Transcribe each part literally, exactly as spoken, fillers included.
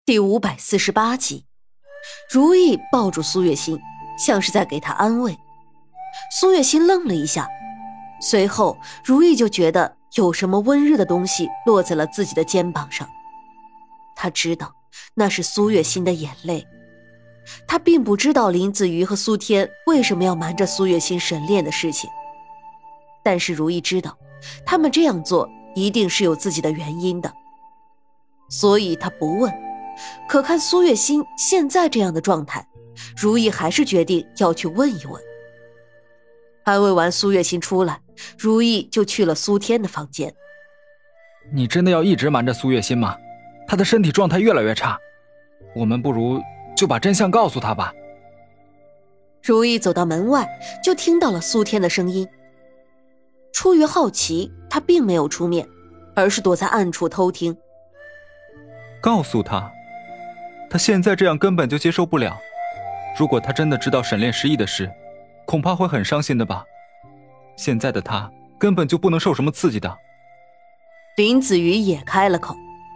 第五百四十八集，如意抱住苏月心，像是在给她安慰。苏月心愣了一下，随后如意就觉得有什么温热的东西落在了自己的肩膀上。她知道那是苏月心的眼泪。她并不知道林子瑜和苏天为什么要瞒着苏月心沈炼的事情，但是如意知道他们这样做一定是有自己的原因的，所以她不问。可看苏月心现在这样的状态，如意还是决定要去问一问。安慰完苏月心出来，如意就去了苏天的房间。 你真的要一直瞒着苏月心吗？她的身体状态越来越差，我们不如就把真相告诉她吧。 如意走到门外，就听到了苏天的声音。出于好奇，他并没有出面，而是躲在暗处偷听。 告诉她，她现在这样根本就接受不了。如果她真的知道沈炼失忆的事，恐怕会很伤心的吧。现在的她根本就不能受什么刺激的。 林子瑜也开了口。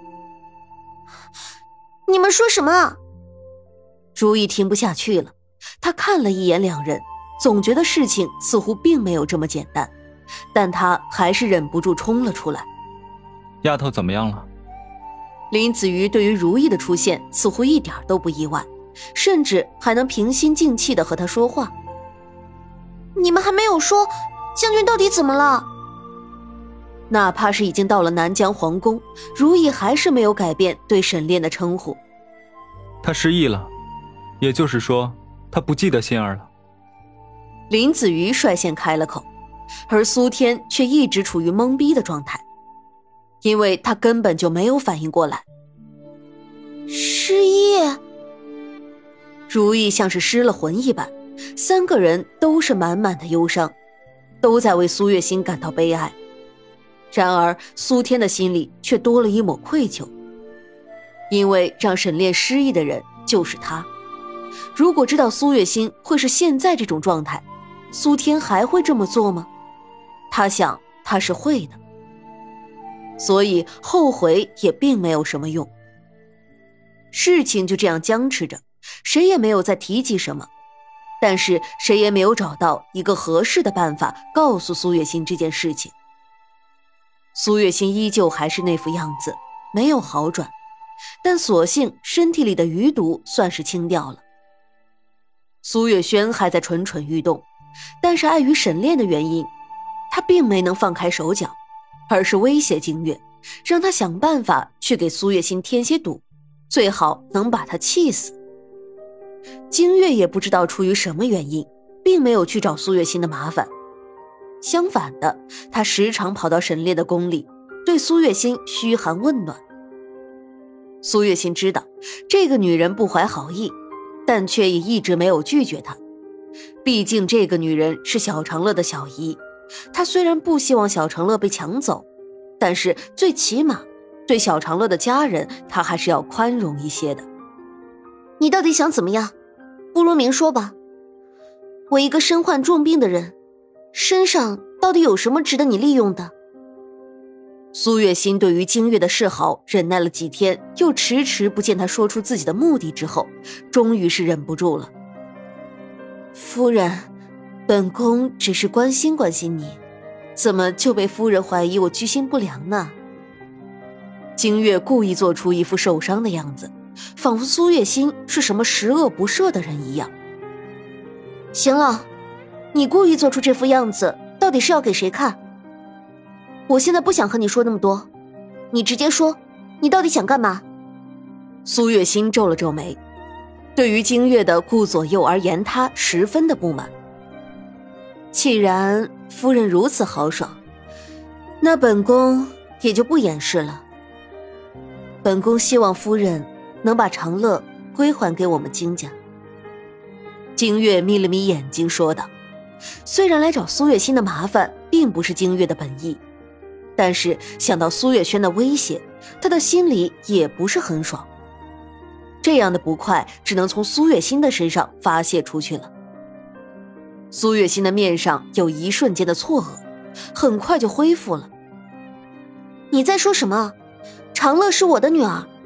你们说什么？ 如意听不下去了，她看了一眼两人，总觉得事情似乎并没有这么简单，但她还是忍不住冲了出来。 丫头怎么样了？ 林子瑜对于如意的出现似乎一点都不意外，甚至还能平心静气地和她说话。 你们还没有说将军到底怎么了？ 哪怕是已经到了南疆皇宫，如意还是没有改变对沈炼的称呼。 他失忆了，也就是说他不记得心儿了。 林子瑜率先开了口，而苏天却一直处于懵逼的状态，因为他根本就没有反应过来。 失忆？ 如意像是失了魂一般，三个人都是满满的忧伤，都在为苏月心感到悲哀。然而苏天的心里却多了一抹愧疚，因为让沈炼失忆的人就是他。如果知道苏月心会是现在这种状态，苏天还会这么做吗？他想他是会的，所以后悔也并没有什么用。事情就这样僵持着，谁也没有再提及什么，但是谁也没有找到一个合适的办法告诉苏月心这件事情。苏月心依旧还是那副样子，没有好转，但所幸身体里的余毒算是清掉了。苏月轩还在蠢蠢欲动，但是碍于沈炼的原因，他并没能放开手脚，而是威胁金月，让他想办法去给苏月心添些堵，最好能把他气死。金月也不知道出于什么原因，并没有去找苏月心的麻烦，相反的，他时常跑到沈炼的宫里，对苏月心嘘寒问暖。苏月心知道这个女人不怀好意，但却也一直没有拒绝她。毕竟这个女人是小长乐的小姨，她虽然不希望小长乐被抢走，但是最起码对小长乐的家人，她还是要宽容一些的。 你到底想怎么样？不如明说吧。我一个身患重病的人，身上到底有什么值得你利用的？ 苏月心对于金月的示好忍耐了几天，又迟迟不见他说出自己的目的之后，终于是忍不住了。夫人，本宫只是关心关心你，怎么就被夫人怀疑我居心不良呢？金月故意做出一副受伤的样子，仿佛苏月心是什么十恶不赦的人一样。 行了，你故意做出这副样子，到底是要给谁看？我现在不想和你说那么多，你直接说，你到底想干嘛？ 苏月心皱了皱眉，对于金月的顾左右而言他十分的不满。既然夫人如此豪爽，那本宫也就不掩饰了。本宫希望夫人能把长乐归还给我们金家。金月眯了眯眼睛说道，虽然来找苏月心的麻烦并不是金月的本意，但是想到苏月轩的威胁，他的心里也不是很爽。这样的不快只能从苏月心的身上发泄出去了。苏月心的面上有一瞬间的错愕，很快就恢复了。 你在说什么？长乐是我的女儿，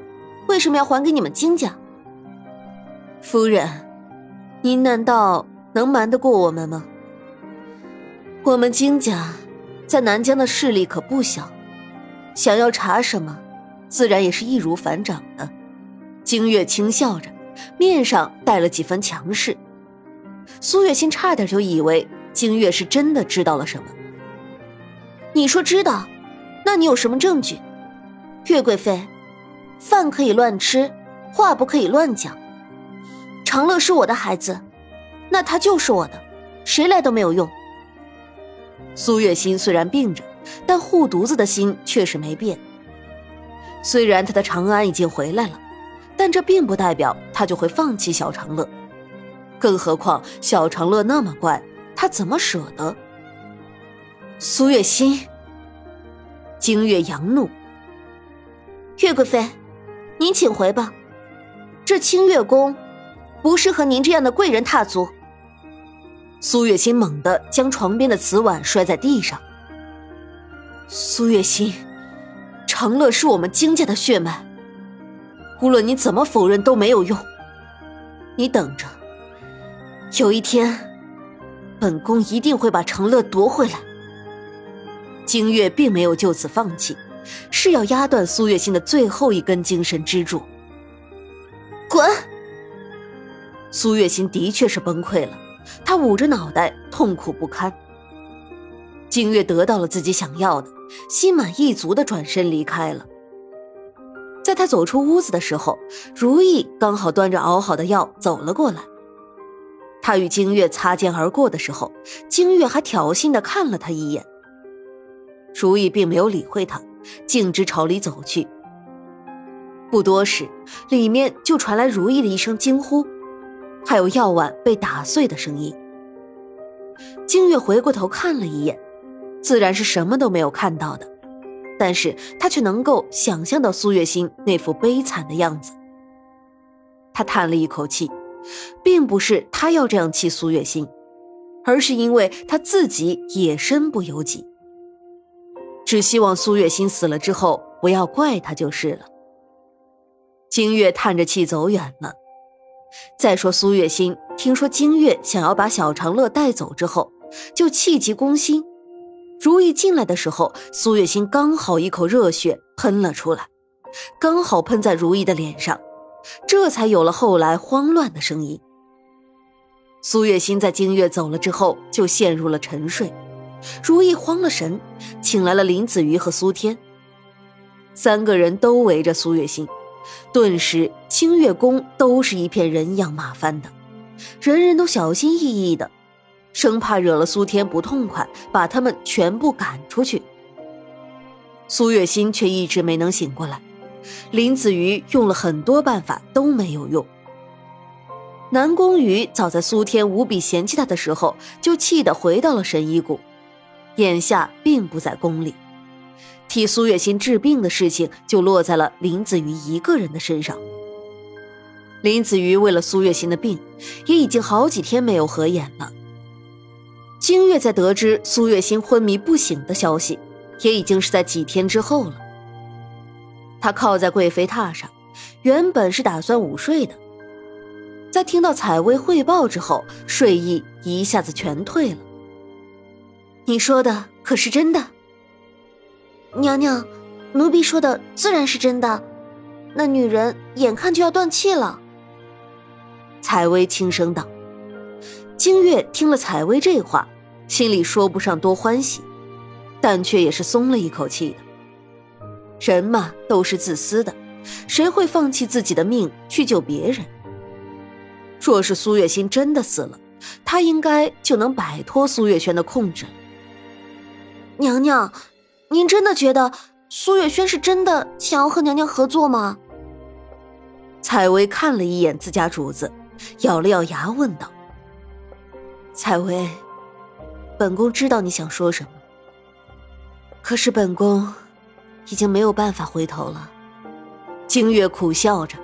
为什么要还给你们金家？ 夫人，您难道能瞒得过我们吗？我们金家在南疆的势力可不小，想要查什么，自然也是易如反掌的。金月轻笑着，面上带了几分强势。苏月心差点就以为金月是真的知道了什么。 你说知道，那你有什么证据？岳贵妃，饭可以乱吃，话不可以乱讲。长乐是我的孩子，那他就是我的，谁来都没有用。 苏月心虽然病着，但护犊子的心却是没变。虽然他的长安已经回来了，但这并不代表他就会放弃小长乐。更何况小长乐那么乖，他怎么舍得？苏月心，金月扬怒。 岳贵妃，您请回吧，这清月宫不适合您这样的贵人踏足。 苏月心猛地将床边的瓷碗摔在地上。苏月心，长乐是我们金家的血脉，无论你怎么否认都没有用。你等着，有一天本宫一定会把长乐夺回来。金月并没有就此放弃，是要压断苏月心的最后一根精神支柱。 滚！ 苏月心的确是崩溃了，她捂着脑袋痛苦不堪。金月得到了自己想要的，心满意足地转身离开了。在他走出屋子的时候，如意刚好端着熬好的药走了过来。他与金月擦肩而过的时候，金月还挑衅地看了他一眼。如意并没有理会他，径直朝里走去。不多时，里面就传来如意的一声惊呼，还有药碗被打碎的声音。金月回过头看了一眼，自然是什么都没有看到的，但是他却能够想象到苏月心那副悲惨的样子。他叹了一口气，并不是他要这样气苏月心，而是因为他自己也身不由己。只希望苏月心死了之后不要怪他就是了。金月叹着气走远了。再说苏月心听说金月想要把小长乐带走之后，就气急攻心。如意进来的时候，苏月心刚好一口热血喷了出来，刚好喷在如意的脸上，这才有了后来慌乱的声音。苏月心在金月走了之后就陷入了沉睡，如意慌了神，请来了林子瑜和苏天。三个人都围着苏月心，顿时清月宫都是一片人仰马翻的，人人都小心翼翼的，生怕惹了苏天不痛快，把他们全部赶出去。苏月心却一直没能醒过来，林子瑜用了很多办法都没有用。南宫羽早在苏天无比嫌弃他的时候，就气得回到了神医谷，眼下并不在宫里，替苏月心治病的事情就落在了林子瑜一个人的身上。林子瑜为了苏月心的病，也已经好几天没有合眼了。金月在得知苏月心昏迷不醒的消息，也已经是在几天之后了。他靠在贵妃榻上，原本是打算午睡的，在听到采薇汇报之后，睡意一下子全退了。 你说的可是真的？娘娘，奴婢说的自然是真的，那女人眼看就要断气了。 采薇轻声道。金月听了采薇这话，心里说不上多欢喜，但却也是松了一口气的。人嘛，都是自私的，谁会放弃自己的命去救别人？若是苏月心真的死了，他应该就能摆脱苏月轩的控制了。 娘娘，您真的觉得苏月轩是真的想要和娘娘合作吗？ 采薇看了一眼自家主子，咬了咬牙问道。采薇，本宫知道你想说什么，可是本宫已经没有办法回头了。金月苦笑着，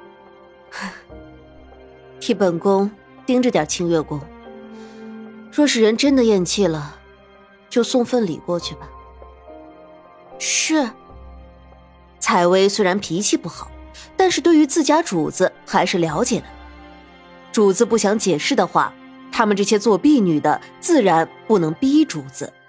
替本宫盯着点清月宫，若是人真的咽气了，就送份礼过去吧。 是。 采薇虽然脾气不好， 但是对于自家主子还是了解的。主子不想解释的话，他们这些做婢女的自然不能逼主子。